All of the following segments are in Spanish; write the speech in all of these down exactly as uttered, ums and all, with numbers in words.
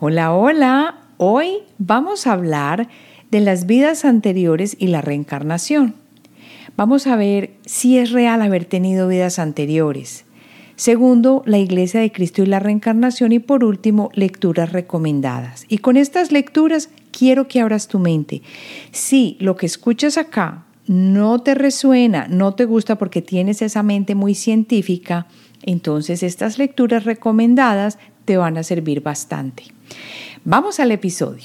Hola, hola. Hoy vamos a hablar de las vidas anteriores y la reencarnación. Vamos a ver si es real haber tenido vidas anteriores. Segundo, la Iglesia de Cristo y la reencarnación. Y por último, lecturas recomendadas. Y con estas lecturas quiero que abras tu mente. Si lo que escuchas acá no te resuena, no te gusta porque tienes esa mente muy científica, entonces estas lecturas recomendadas te van a servir bastante. Vamos al episodio.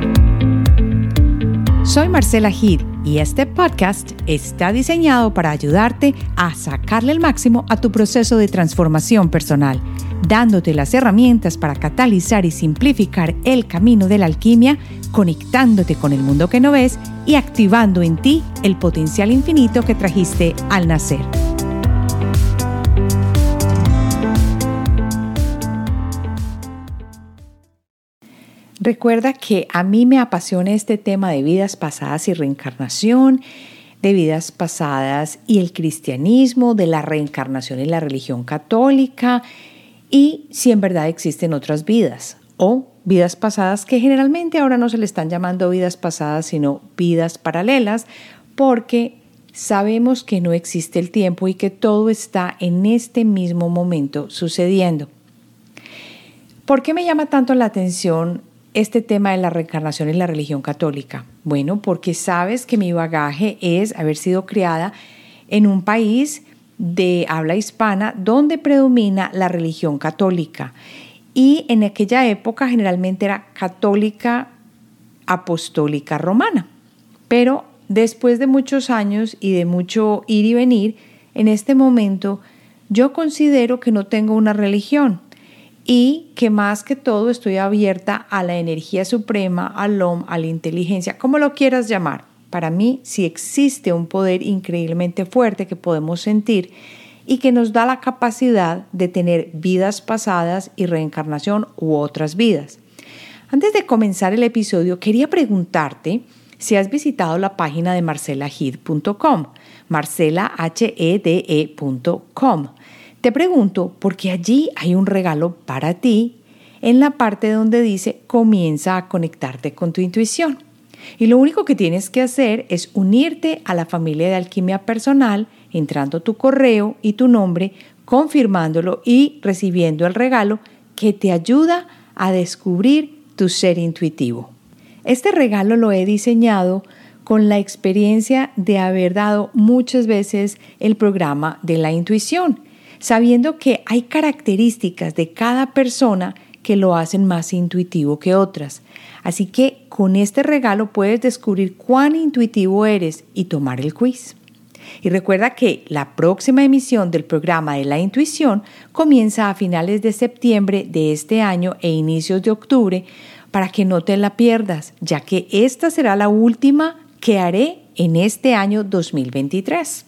Soy Marcela Gid y este podcast está diseñado para ayudarte a sacarle el máximo a tu proceso de transformación personal, dándote las herramientas para catalizar y simplificar el camino de la alquimia, conectándote con el mundo que no ves y activando en ti el potencial infinito que trajiste al nacer. Recuerda que a mí me apasiona este tema de vidas pasadas y reencarnación, de vidas pasadas y el cristianismo, de la reencarnación y la religión católica, y si en verdad existen otras vidas o vidas pasadas que generalmente ahora no se le están llamando vidas pasadas, sino vidas paralelas, porque sabemos que no existe el tiempo y que todo está en este mismo momento sucediendo. ¿Por qué me llama tanto la atención este tema de la reencarnación y la religión católica? Bueno, porque sabes que mi bagaje es haber sido criada en un país de habla hispana donde predomina la religión católica. Y en aquella época generalmente era católica apostólica romana. Pero después de muchos años y de mucho ir y venir, en este momento yo considero que no tengo una religión. Y que más que todo estoy abierta a la energía suprema, al Om, a la inteligencia, como lo quieras llamar. Para mí sí existe un poder increíblemente fuerte que podemos sentir y que nos da la capacidad de tener vidas pasadas y reencarnación u otras vidas. Antes de comenzar el episodio, quería preguntarte si has visitado la página de marcela gid punto com, marcela gide punto com. Te pregunto porque allí hay un regalo para ti en la parte donde dice comienza a conectarte con tu intuición. Y lo único que tienes que hacer es unirte a la familia de Alquimia Personal, entrando tu correo y tu nombre, confirmándolo y recibiendo el regalo que te ayuda a descubrir tu ser intuitivo. Este regalo lo he diseñado con la experiencia de haber dado muchas veces el programa de la intuición, sabiendo que hay características de cada persona que lo hacen más intuitivo que otras. Así que con este regalo puedes descubrir cuán intuitivo eres y tomar el quiz. Y recuerda que la próxima emisión del programa de la intuición comienza a finales de septiembre de este año e inicios de octubre para que no te la pierdas, ya que esta será la última que haré en este año dos mil veintitrés.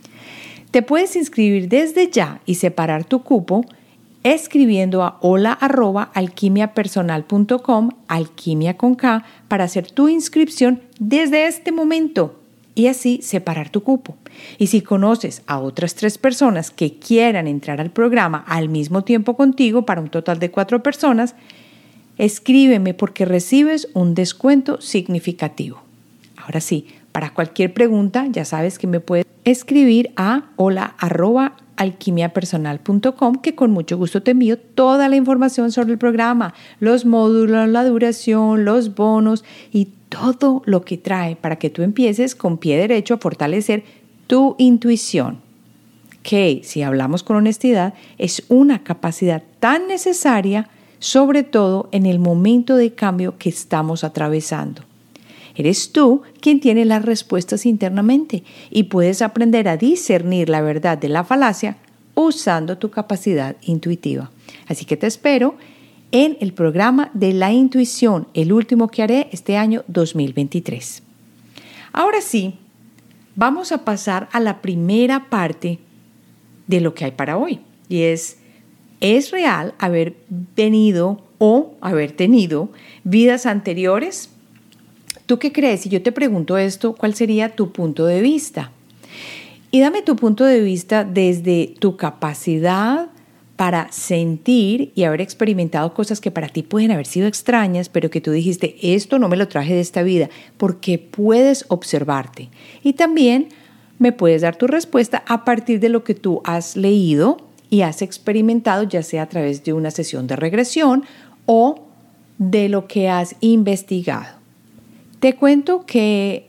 Te puedes inscribir desde ya y separar tu cupo escribiendo a hola arroba alquimia personal punto com, alquimia con K, para hacer tu inscripción desde este momento y así separar tu cupo. Y si conoces a otras tres personas que quieran entrar al programa al mismo tiempo contigo, para un total de cuatro personas, escríbeme porque recibes un descuento significativo. Ahora sí, para cualquier pregunta, ya sabes que me puedes escribir a hola arroba alquimia personal punto com, que con mucho gusto te envío toda la información sobre el programa, los módulos, la duración, los bonos y todo lo que trae para que tú empieces con pie derecho a fortalecer tu intuición, que, si hablamos con honestidad, es una capacidad tan necesaria, sobre todo en el momento de cambio que estamos atravesando. Eres tú quien tiene las respuestas internamente y puedes aprender a discernir la verdad de la falacia usando tu capacidad intuitiva. Así que te espero en el programa de la intuición, el último que haré este año dos mil veintitrés. Ahora sí, vamos a pasar a la primera parte de lo que hay para hoy. Y es, ¿es real haber venido o haber tenido vidas anteriores? ¿Tú qué crees? Si yo te pregunto esto, ¿cuál sería tu punto de vista? Y dame tu punto de vista desde tu capacidad para sentir y haber experimentado cosas que para ti pueden haber sido extrañas, pero que tú dijiste, esto no me lo traje de esta vida, porque puedes observarte. Y también me puedes dar tu respuesta a partir de lo que tú has leído y has experimentado, ya sea a través de una sesión de regresión o de lo que has investigado. Te cuento que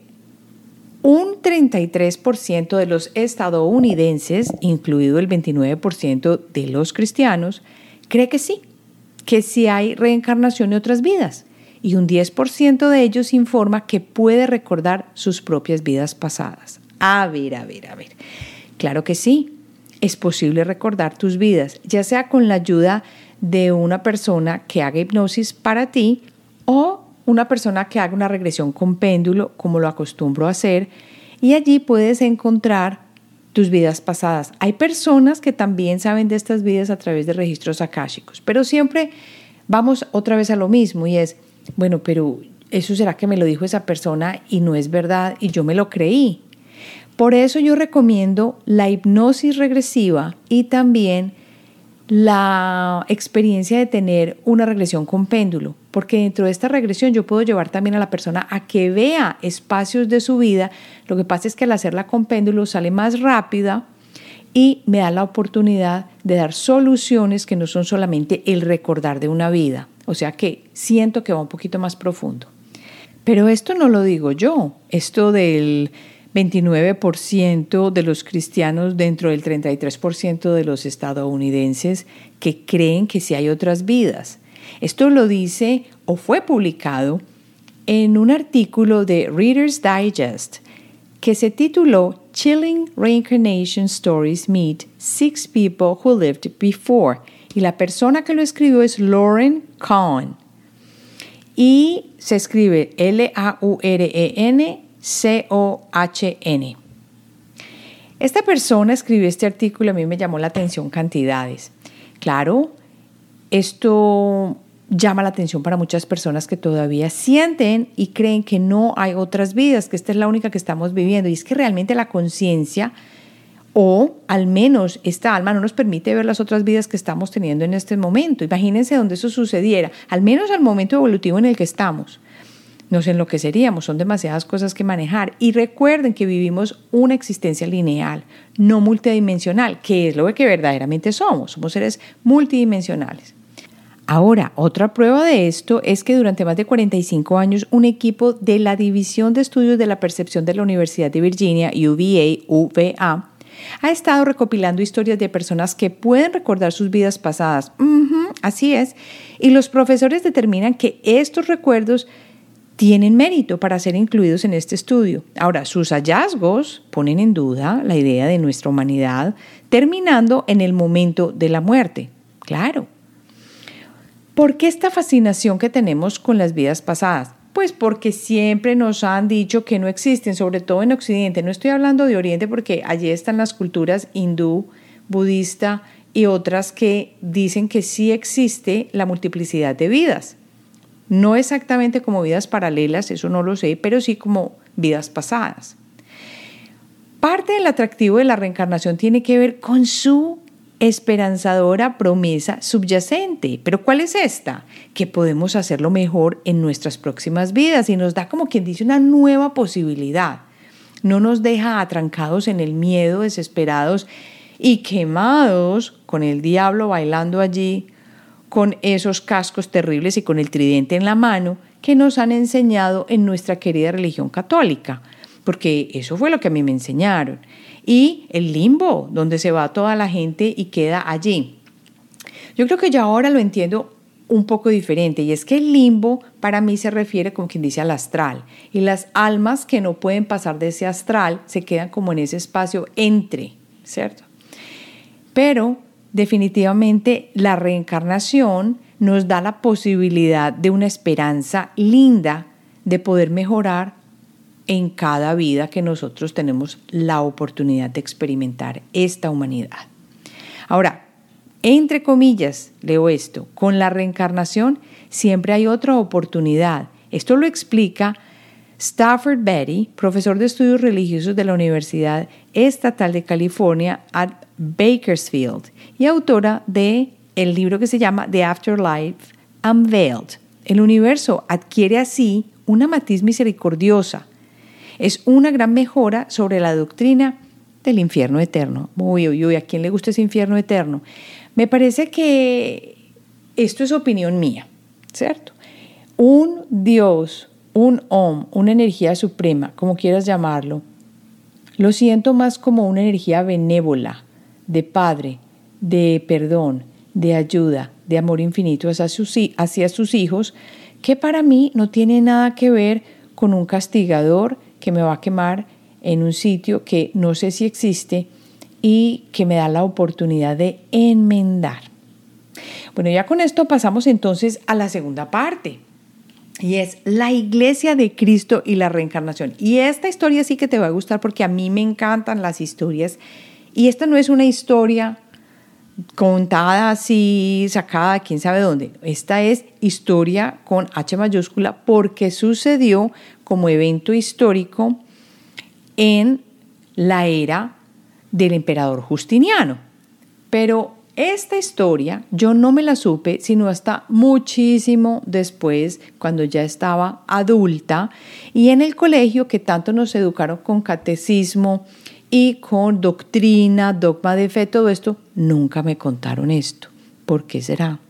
un treinta y tres por ciento de los estadounidenses, incluido el veintinueve por ciento de los cristianos, cree que sí, que sí hay reencarnación en otras vidas. Y un diez por ciento de ellos informa que puede recordar sus propias vidas pasadas. A ver, a ver, a ver. Claro que sí, es posible recordar tus vidas, ya sea con la ayuda de una persona que haga hipnosis para ti o una persona que haga una regresión con péndulo, como lo acostumbro a hacer, y allí puedes encontrar tus vidas pasadas. Hay personas que también saben de estas vidas a través de registros akáshicos, pero siempre vamos otra vez a lo mismo y es, bueno, pero ¿eso será que me lo dijo esa persona y no es verdad y yo me lo creí? Por eso yo recomiendo la hipnosis regresiva y también la experiencia de tener una regresión con péndulo, porque dentro de esta regresión yo puedo llevar también a la persona a que vea espacios de su vida. Lo que pasa es que al hacerla con péndulo sale más rápida y me da la oportunidad de dar soluciones que no son solamente el recordar de una vida. O sea que siento que va un poquito más profundo. Pero esto no lo digo yo, esto del veintinueve por ciento de los cristianos dentro del treinta y tres por ciento de los estadounidenses que creen que sí hay otras vidas. Esto lo dice o fue publicado en un artículo de Reader's Digest que se tituló Chilling Reincarnation Stories Meet Six People Who Lived Before, y la persona que lo escribió es Lauren Cohen y se escribe L A U R E N C O H N. Esta persona escribió este artículo y a mí me llamó la atención cantidades. Claro, esto llama la atención para muchas personas que todavía sienten y creen que no hay otras vidas, que esta es la única que estamos viviendo. Y es que realmente la conciencia, o al menos esta alma, no nos permite ver las otras vidas que estamos teniendo en este momento. Imagínense donde eso sucediera, al menos al momento evolutivo en el que estamos. Nos enloqueceríamos, son demasiadas cosas que manejar. Y recuerden que vivimos una existencia lineal, no multidimensional, que es lo que verdaderamente somos. Somos seres multidimensionales. Ahora, otra prueba de esto es que durante más de cuarenta y cinco años, un equipo de la División de Estudios de la Percepción de la Universidad de Virginia, U V A, U V A, ha estado recopilando historias de personas que pueden recordar sus vidas pasadas. Uh-huh, así es. Y los profesores determinan que estos recuerdos tienen mérito para ser incluidos en este estudio. Ahora, sus hallazgos ponen en duda la idea de nuestra humanidad, terminando en el momento de la muerte. Claro. ¿Por qué esta fascinación que tenemos con las vidas pasadas? Pues porque siempre nos han dicho que no existen, sobre todo en Occidente. No estoy hablando de Oriente porque allí están las culturas hindú, budista y otras que dicen que sí existe la multiplicidad de vidas. No exactamente como vidas paralelas, eso no lo sé, pero sí como vidas pasadas. Parte del atractivo de la reencarnación tiene que ver con su esperanzadora promesa subyacente. ¿Pero cuál es esta? Que podemos hacerlo mejor en nuestras próximas vidas y nos da, como quien dice, una nueva posibilidad. No nos deja atrancados en el miedo, desesperados y quemados con el diablo bailando allí, con esos cascos terribles y con el tridente en la mano que nos han enseñado en nuestra querida religión católica, porque eso fue lo que a mí me enseñaron. Y el limbo, donde se va toda la gente y queda allí. Yo creo que yo ahora lo entiendo un poco diferente, y es que el limbo para mí se refiere, como quien dice, al astral, y las almas que no pueden pasar de ese astral se quedan como en ese espacio entre, ¿cierto? Pero definitivamente la reencarnación nos da la posibilidad de una esperanza linda de poder mejorar en cada vida que nosotros tenemos la oportunidad de experimentar esta humanidad. Ahora, entre comillas, leo esto, con la reencarnación siempre hay otra oportunidad. Esto lo explica Stafford Beatty, profesor de estudios religiosos de la Universidad Estatal de California at Bakersfield y autora de el libro que se llama The Afterlife Unveiled. El universo adquiere así una matiz misericordiosa. Es una gran mejora sobre la doctrina del infierno eterno. Uy, uy, uy, ¿a quién le gusta ese infierno eterno? Me parece que esto es opinión mía, ¿cierto? Un Dios, un Om, una energía suprema, como quieras llamarlo, lo siento más como una energía benévola, de Padre, de perdón, de ayuda, de amor infinito hacia sus, hacia sus hijos, que para mí no tiene nada que ver con un castigador que me va a quemar en un sitio que no sé si existe y que me da la oportunidad de enmendar. Bueno, ya con esto pasamos entonces a la segunda parte, y es la Iglesia de Cristo y la reencarnación. Y esta historia sí que te va a gustar porque a mí me encantan las historias, y esta no es una historia contada así, sacada, quién sabe dónde. Esta es historia con H mayúscula porque sucedió como evento histórico en la era del emperador Justiniano. Pero esta historia yo no me la supe sino hasta muchísimo después, cuando ya estaba adulta y en el colegio, que tanto nos educaron con catecismo y con doctrina, dogma de fe, todo esto, nunca me contaron esto. ¿Por qué será?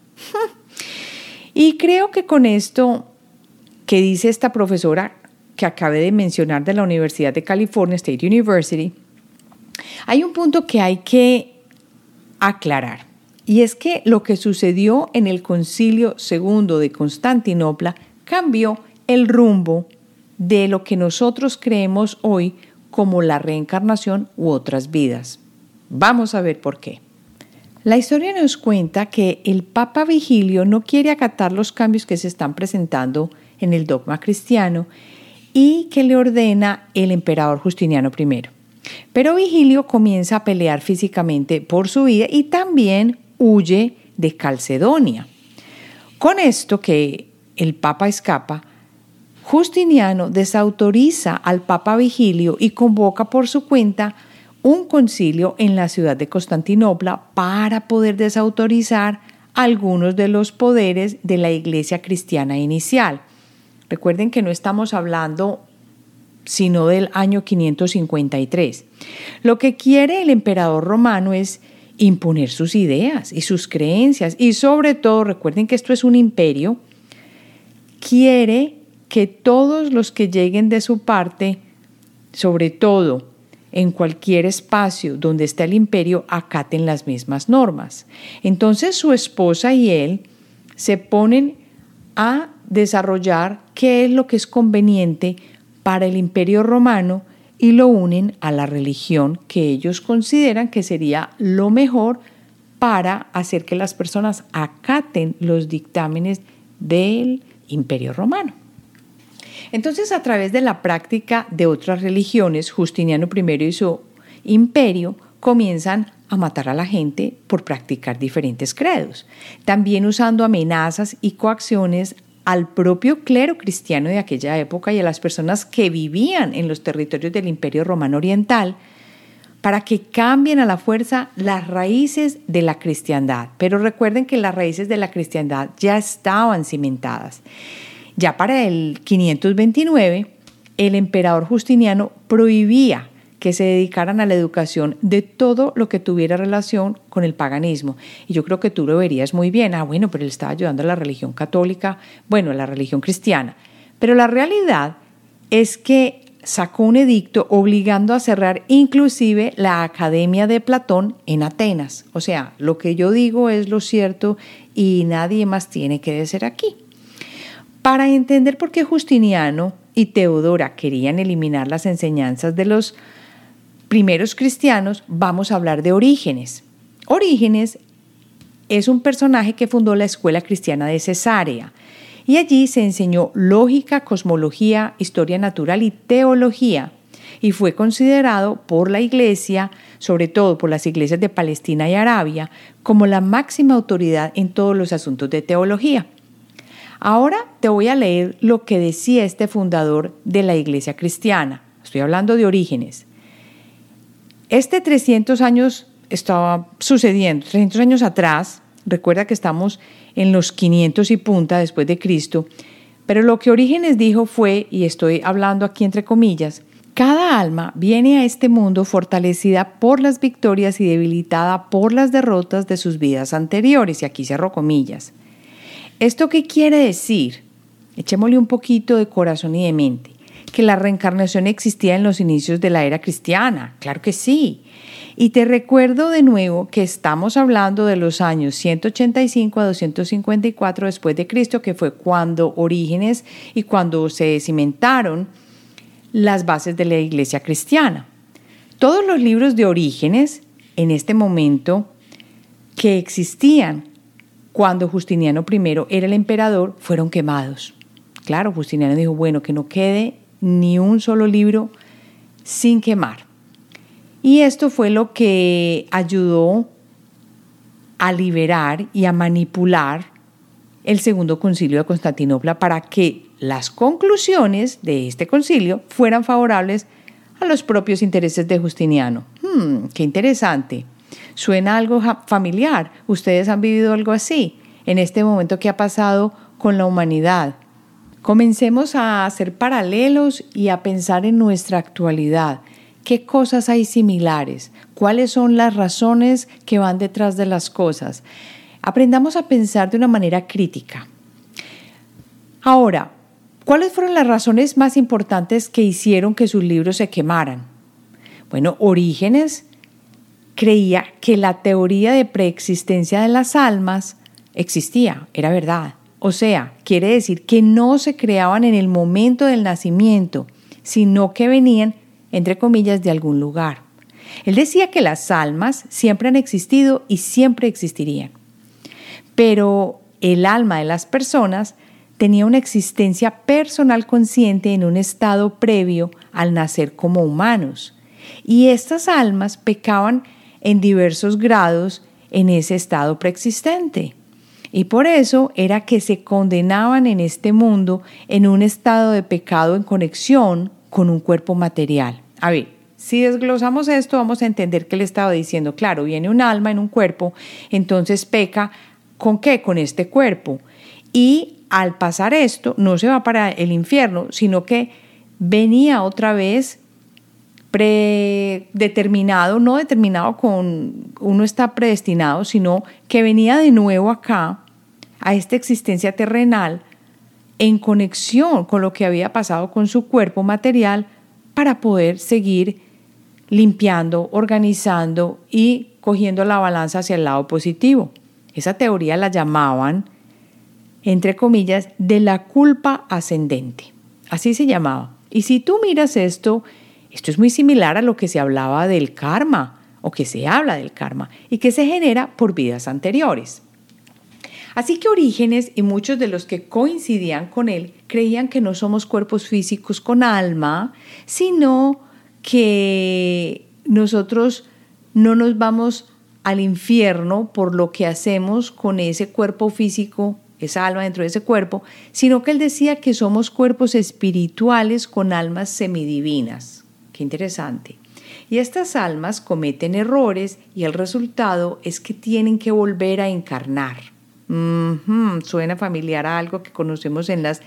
Y creo que con esto que dice esta profesora que acabé de mencionar de la Universidad de California, State University, hay un punto que hay que aclarar, y es que lo que sucedió en el Concilio Segundo de Constantinopla cambió el rumbo de lo que nosotros creemos hoy como la reencarnación u otras vidas. Vamos a ver por qué. La historia nos cuenta que el Papa Vigilio no quiere acatar los cambios que se están presentando en el dogma cristiano y que le ordena el emperador Justiniano primero. Pero Vigilio comienza a pelear físicamente por su vida y también huye de Calcedonia. Con esto que el Papa escapa, Justiniano desautoriza al Papa Vigilio y convoca por su cuenta un concilio en la ciudad de Constantinopla para poder desautorizar algunos de los poderes de la Iglesia cristiana inicial. Recuerden que no estamos hablando sino del año quinientos cincuenta y tres. Lo que quiere el emperador romano es imponer sus ideas y sus creencias y sobre todo, recuerden que esto es un imperio, quiere que todos los que lleguen de su parte, sobre todo en cualquier espacio donde está el imperio, acaten las mismas normas. Entonces su esposa y él se ponen a desarrollar qué es lo que es conveniente para el Imperio Romano y lo unen a la religión que ellos consideran que sería lo mejor para hacer que las personas acaten los dictámenes del Imperio Romano. Entonces, a través de la práctica de otras religiones, Justiniano primero y su imperio comienzan a matar a la gente por practicar diferentes credos, también usando amenazas y coacciones al propio clero cristiano de aquella época y a las personas que vivían en los territorios del Imperio Romano Oriental para que cambien a la fuerza las raíces de la cristiandad. Pero recuerden que las raíces de la cristiandad ya estaban cimentadas. Ya para el quinientos veintinueve, el emperador Justiniano prohibía que se dedicaran a la educación de todo lo que tuviera relación con el paganismo. Y yo creo que tú lo verías muy bien. Ah, bueno, pero él estaba ayudando a la religión católica, bueno, a la religión cristiana. Pero la realidad es que sacó un edicto obligando a cerrar inclusive la Academia de Platón en Atenas. O sea, lo que yo digo es lo cierto y nadie más tiene que decir aquí. Para entender por qué Justiniano y Teodora querían eliminar las enseñanzas de los primeros cristianos, vamos a hablar de Orígenes. Orígenes es un personaje que fundó la Escuela Cristiana de Cesarea y allí se enseñó lógica, cosmología, historia natural y teología y fue considerado por la Iglesia, sobre todo por las iglesias de Palestina y Arabia, como la máxima autoridad en todos los asuntos de teología. Ahora te voy a leer lo que decía este fundador de la Iglesia cristiana. Estoy hablando de Orígenes. Este trescientos años estaba sucediendo, trescientos años atrás, recuerda que estamos en los quinientos y punta después de Cristo, pero lo que Orígenes dijo fue, y estoy hablando aquí entre comillas, cada alma viene a este mundo fortalecida por las victorias y debilitada por las derrotas de sus vidas anteriores, y aquí cerro comillas. ¿Esto qué quiere decir? Echémosle un poquito de corazón y de mente. ¿Que la reencarnación existía en los inicios de la era cristiana? Claro que sí. Y te recuerdo de nuevo que estamos hablando de los años ciento ochenta y cinco a doscientos cincuenta y cuatro después de Cristo, que fue cuando Orígenes y cuando se cimentaron las bases de la iglesia cristiana. Todos los libros de Orígenes en este momento que existían cuando Justiniano primero era el emperador fueron quemados. Claro, Justiniano dijo, bueno, que no quede ni un solo libro sin quemar. Y esto fue lo que ayudó a liberar y a manipular el Segundo Concilio de Constantinopla para que las conclusiones de este concilio fueran favorables a los propios intereses de Justiniano. Hmm, qué interesante. Suena algo familiar. ¿Ustedes han vivido algo así en este momento que ha pasado con la humanidad? Comencemos a hacer paralelos y a pensar en nuestra actualidad. ¿Qué cosas hay similares? ¿Cuáles son las razones que van detrás de las cosas? Aprendamos a pensar de una manera crítica. Ahora, ¿cuáles fueron las razones más importantes que hicieron que sus libros se quemaran? Bueno, Orígenes creía que la teoría de preexistencia de las almas existía, era verdad. O sea, quiere decir que no se creaban en el momento del nacimiento, sino que venían, entre comillas, de algún lugar. Él decía que las almas siempre han existido y siempre existirían. Pero el alma de las personas tenía una existencia personal consciente en un estado previo al nacer como humanos. Y estas almas pecaban en diversos grados en ese estado preexistente. Y por eso era que se condenaban en este mundo en un estado de pecado en conexión con un cuerpo material. A ver, si desglosamos esto, vamos a entender que él estaba diciendo, claro, viene un alma en un cuerpo, entonces peca, ¿con qué? Con este cuerpo. Y al pasar esto, no se va para el infierno, sino que venía otra vez predeterminado, no determinado con uno está predestinado, sino que venía de nuevo acá a esta existencia terrenal en conexión con lo que había pasado con su cuerpo material para poder seguir limpiando, organizando y cogiendo la balanza hacia el lado positivo. Esa teoría la llamaban, entre comillas, de la culpa ascendente. Así se llamaba. Y si tú miras esto, esto es muy similar a lo que se hablaba del karma o que se habla del karma y que se genera por vidas anteriores. Así que Orígenes y muchos de los que coincidían con él creían que no somos cuerpos físicos con alma, sino que nosotros no nos vamos al infierno por lo que hacemos con ese cuerpo físico, esa alma dentro de ese cuerpo, sino que él decía que somos cuerpos espirituales con almas semidivinas. Qué interesante. Y estas almas cometen errores y el resultado es que tienen que volver a encarnar. Mm-hmm, suena familiar a algo que conocemos en las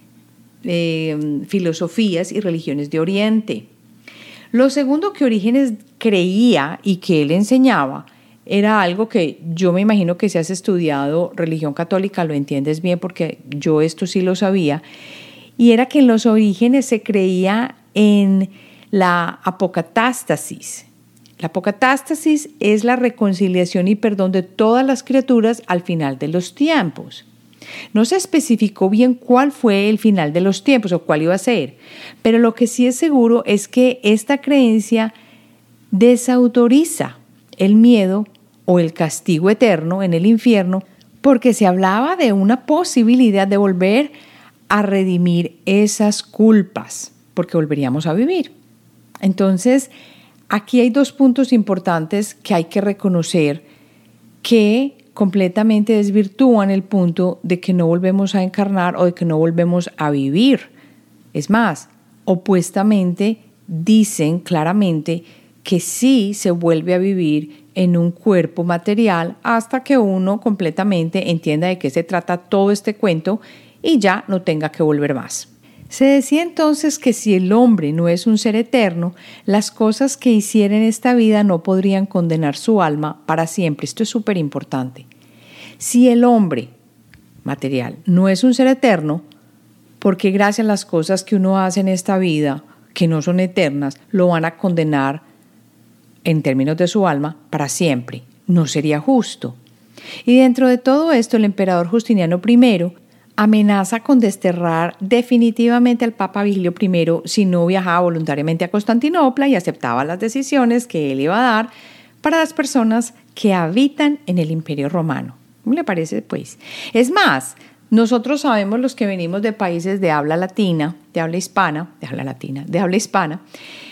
eh, filosofías y religiones de Oriente. Lo segundo que Orígenes creía y que él enseñaba era algo que yo me imagino que si has estudiado religión católica lo entiendes bien porque yo esto sí lo sabía, y era que en los Orígenes se creía en la apocatástasis. La apocatástasis es la reconciliación y perdón de todas las criaturas al final de los tiempos. No se especificó bien cuál fue el final de los tiempos o cuál iba a ser, pero lo que sí es seguro es que esta creencia desautoriza el miedo o el castigo eterno en el infierno porque se hablaba de una posibilidad de volver a redimir esas culpas, porque volveríamos a vivir. Entonces, aquí hay dos puntos importantes que hay que reconocer que completamente desvirtúan el punto de que no volvemos a encarnar o de que no volvemos a vivir. Es más, opuestamente dicen claramente que sí se vuelve a vivir en un cuerpo material hasta que uno completamente entienda de qué se trata todo este cuento y ya no tenga que volver más. Se decía entonces que si el hombre no es un ser eterno, las cosas que hiciera en esta vida no podrían condenar su alma para siempre. Esto es súper importante. Si el hombre material no es un ser eterno, porque gracias a las cosas que uno hace en esta vida, que no son eternas, lo van a condenar en términos de su alma para siempre. No sería justo. Y dentro de todo esto, el emperador Justiniano primero amenaza con desterrar definitivamente al Papa Vigilio primero si no viajaba voluntariamente a Constantinopla y aceptaba las decisiones que él iba a dar para las personas que habitan en el Imperio Romano. ¿Cómo le parece, pues? Es más, nosotros sabemos, los que venimos de países de habla latina, de habla hispana, de habla latina, de habla hispana,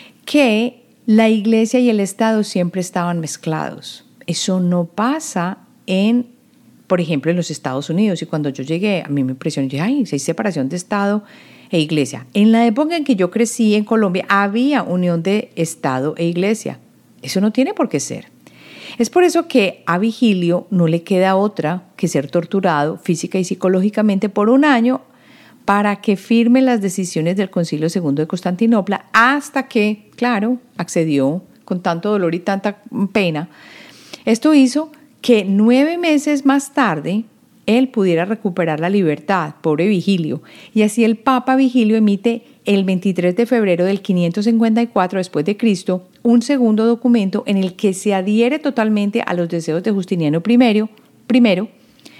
que la iglesia y el Estado siempre estaban mezclados. Eso no pasa en, por ejemplo, en los Estados Unidos. Y cuando yo llegué, a mí me impresionó, yo dije, ay, si hay separación de Estado e iglesia. En la época en que yo crecí en Colombia, había unión de Estado e iglesia. Eso no tiene por qué ser. Es por eso que a Vigilio no le queda otra que ser torturado física y psicológicamente por un año para que firme las decisiones del Concilio segundo de Constantinopla hasta que, claro, accedió con tanto dolor y tanta pena. Esto hizo que nueve meses más tarde él pudiera recuperar la libertad, pobre Vigilio, y así el Papa Vigilio emite el veintitrés de febrero del quinientos cincuenta y cuatro después de Cristo un segundo documento en el que se adhiere totalmente a los deseos de Justiniano primero, primero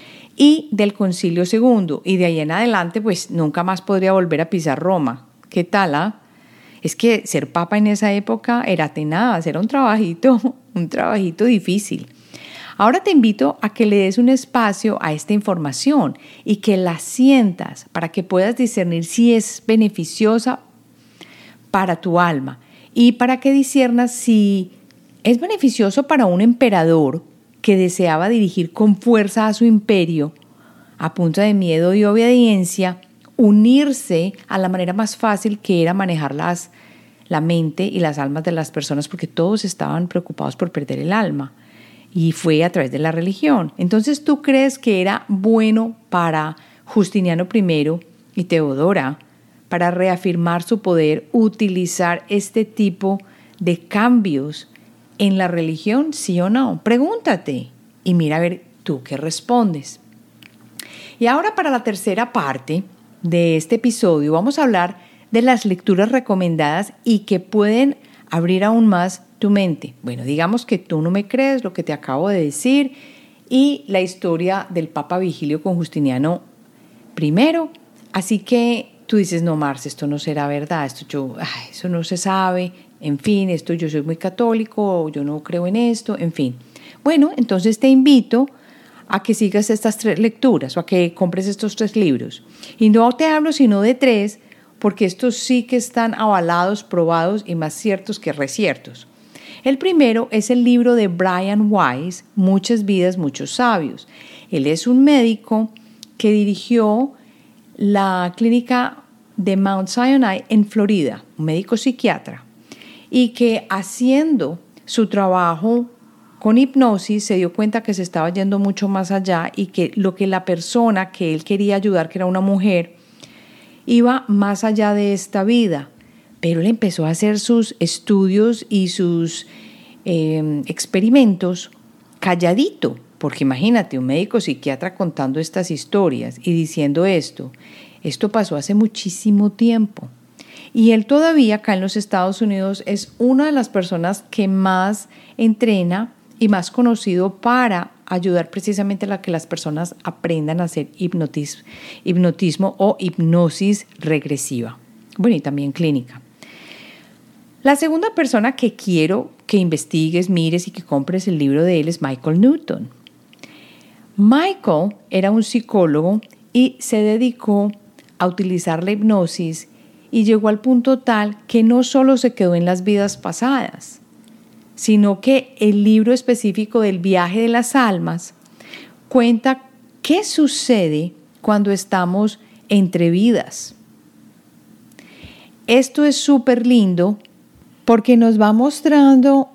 y del Concilio segundo, y de ahí en adelante pues nunca más podría volver a pisar Roma. ¿Qué tal? Ah? Es que ser papa en esa época era tenaz, era un trabajito, un trabajito difícil. Ahora te invito a que le des un espacio a esta información y que la sientas para que puedas discernir si es beneficiosa para tu alma y para que disciernas si es beneficioso para un emperador que deseaba dirigir con fuerza a su imperio a punta de miedo y obediencia, unirse a la manera más fácil que era manejar las, la mente y las almas de las personas, porque todos estaban preocupados por perder el alma. Y fue a través de la religión. Entonces, ¿tú crees que era bueno para Justiniano primero y Teodora, para reafirmar su poder, utilizar este tipo de cambios en la religión? ¿Sí o no? Pregúntate y mira a ver tú qué respondes. Y ahora, para la tercera parte de este episodio, vamos a hablar de las lecturas recomendadas y que pueden abrir aún más tu mente. Bueno, digamos que tú no me crees lo que te acabo de decir y la historia del Papa Vigilio con Justiniano primero. Así que tú dices, no, Marce, esto no será verdad, esto, yo, ay, eso no se sabe, en fin, esto yo soy muy católico, yo no creo en esto, en fin. Bueno, entonces te invito a que sigas estas tres lecturas o a que compres estos tres libros. Y no te hablo sino de tres, porque estos sí que están avalados, probados y más ciertos que reciertos. El primero es el libro de Brian Weiss, Muchas vidas, muchos sabios. Él es un médico que dirigió la clínica de Mount Sinai en Florida, un médico psiquiatra, y que haciendo su trabajo con hipnosis se dio cuenta que se estaba yendo mucho más allá y que lo que la persona que él quería ayudar, que era una mujer, iba más allá de esta vida. Pero él empezó a hacer sus estudios y sus eh, experimentos calladito, porque imagínate, un médico psiquiatra contando estas historias y diciendo esto. Esto pasó hace muchísimo tiempo. Y él todavía acá en los Estados Unidos es una de las personas que más entrena y más conocido para ayudar precisamente a que las personas aprendan a hacer hipnotismo, hipnotismo o hipnosis regresiva. Bueno, y también clínica. La segunda persona que quiero que investigues, mires y que compres el libro de él es Michael Newton. Michael era un psicólogo y se dedicó a utilizar la hipnosis y llegó al punto tal que no solo se quedó en las vidas pasadas, sino que el libro específico del viaje de las almas cuenta qué sucede cuando estamos entre vidas. Esto es súper lindo porque nos va mostrando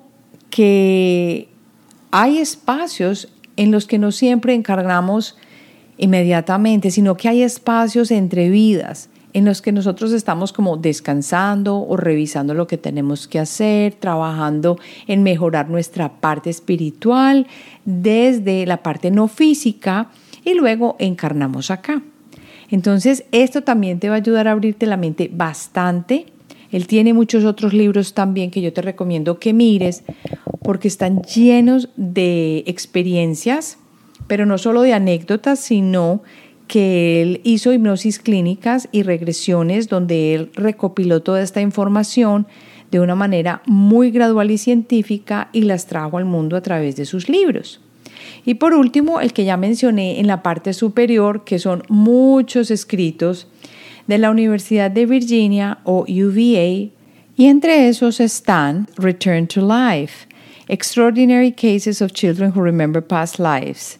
que hay espacios en los que no siempre encarnamos inmediatamente, sino que hay espacios entre vidas en los que nosotros estamos como descansando o revisando lo que tenemos que hacer, trabajando en mejorar nuestra parte espiritual desde la parte no física y luego encarnamos acá. Entonces, esto también te va a ayudar a abrirte la mente bastante. Él tiene muchos otros libros también que yo te recomiendo que mires porque están llenos de experiencias, pero no solo de anécdotas, sino que él hizo hipnosis clínicas y regresiones donde él recopiló toda esta información de una manera muy gradual y científica y las trajo al mundo a través de sus libros. Y por último, el que ya mencioné en la parte superior, que son muchos escritos de la Universidad de Virginia o U V A, y entre esos están Return to Life, Extraordinary Cases of Children Who Remember Past Lives,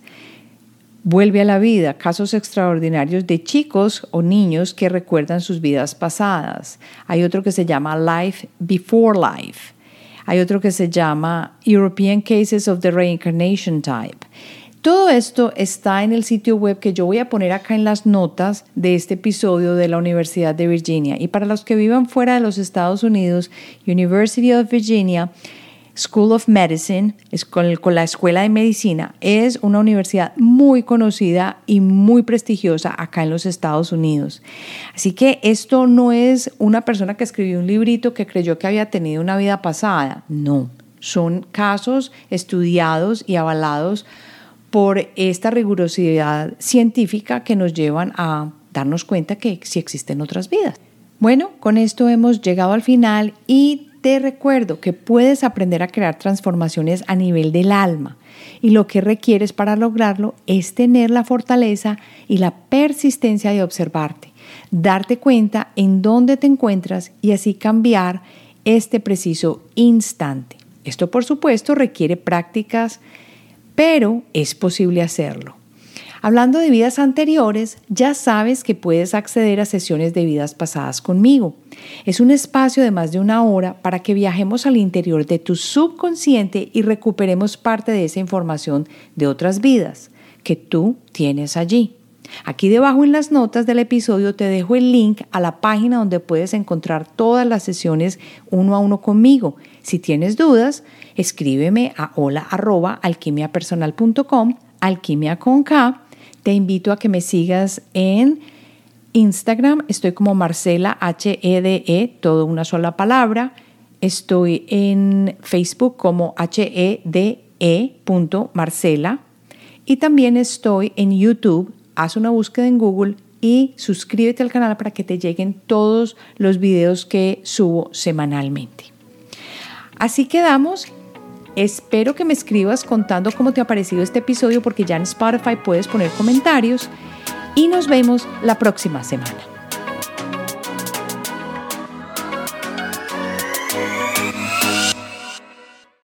Vuelve a la vida, casos extraordinarios de chicos o niños que recuerdan sus vidas pasadas. Hay otro que se llama Life Before Life. Hay otro que se llama European Cases of the Reincarnation Type. Todo esto está en el sitio web que yo voy a poner acá en las notas de este episodio de la Universidad de Virginia. Y para los que vivan fuera de los Estados Unidos, University of Virginia School of Medicine, con, con la Escuela de Medicina, es una universidad muy conocida y muy prestigiosa acá en los Estados Unidos. Así que esto no es una persona que escribió un librito que creyó que había tenido una vida pasada. No, son casos estudiados y avalados por esta rigurosidad científica que nos llevan a darnos cuenta que sí existen otras vidas. Bueno, con esto hemos llegado al final y te recuerdo que puedes aprender a crear transformaciones a nivel del alma y lo que requieres para lograrlo es tener la fortaleza y la persistencia de observarte, darte cuenta en dónde te encuentras y así cambiar este preciso instante. Esto, por supuesto, requiere prácticas, pero es posible hacerlo. Hablando de vidas anteriores, ya sabes que puedes acceder a sesiones de vidas pasadas conmigo. Es un espacio de más de una hora para que viajemos al interior de tu subconsciente y recuperemos parte de esa información de otras vidas que tú tienes allí. Aquí debajo en las notas del episodio te dejo el link a la página donde puedes encontrar todas las sesiones uno a uno conmigo. Si tienes dudas, escríbeme a hola arroba alquimia personal punto com, alquimia con K. Te invito a que me sigas en Instagram. Estoy como Marcela H E D E, todo una sola palabra. Estoy en Facebook como H E D E punto Marcela. Y también estoy en YouTube. Haz una búsqueda en Google y suscríbete al canal para que te lleguen todos los videos que subo semanalmente. Así quedamos. Espero que me escribas contando cómo te ha parecido este episodio porque ya en Spotify puedes poner comentarios y nos vemos la próxima semana.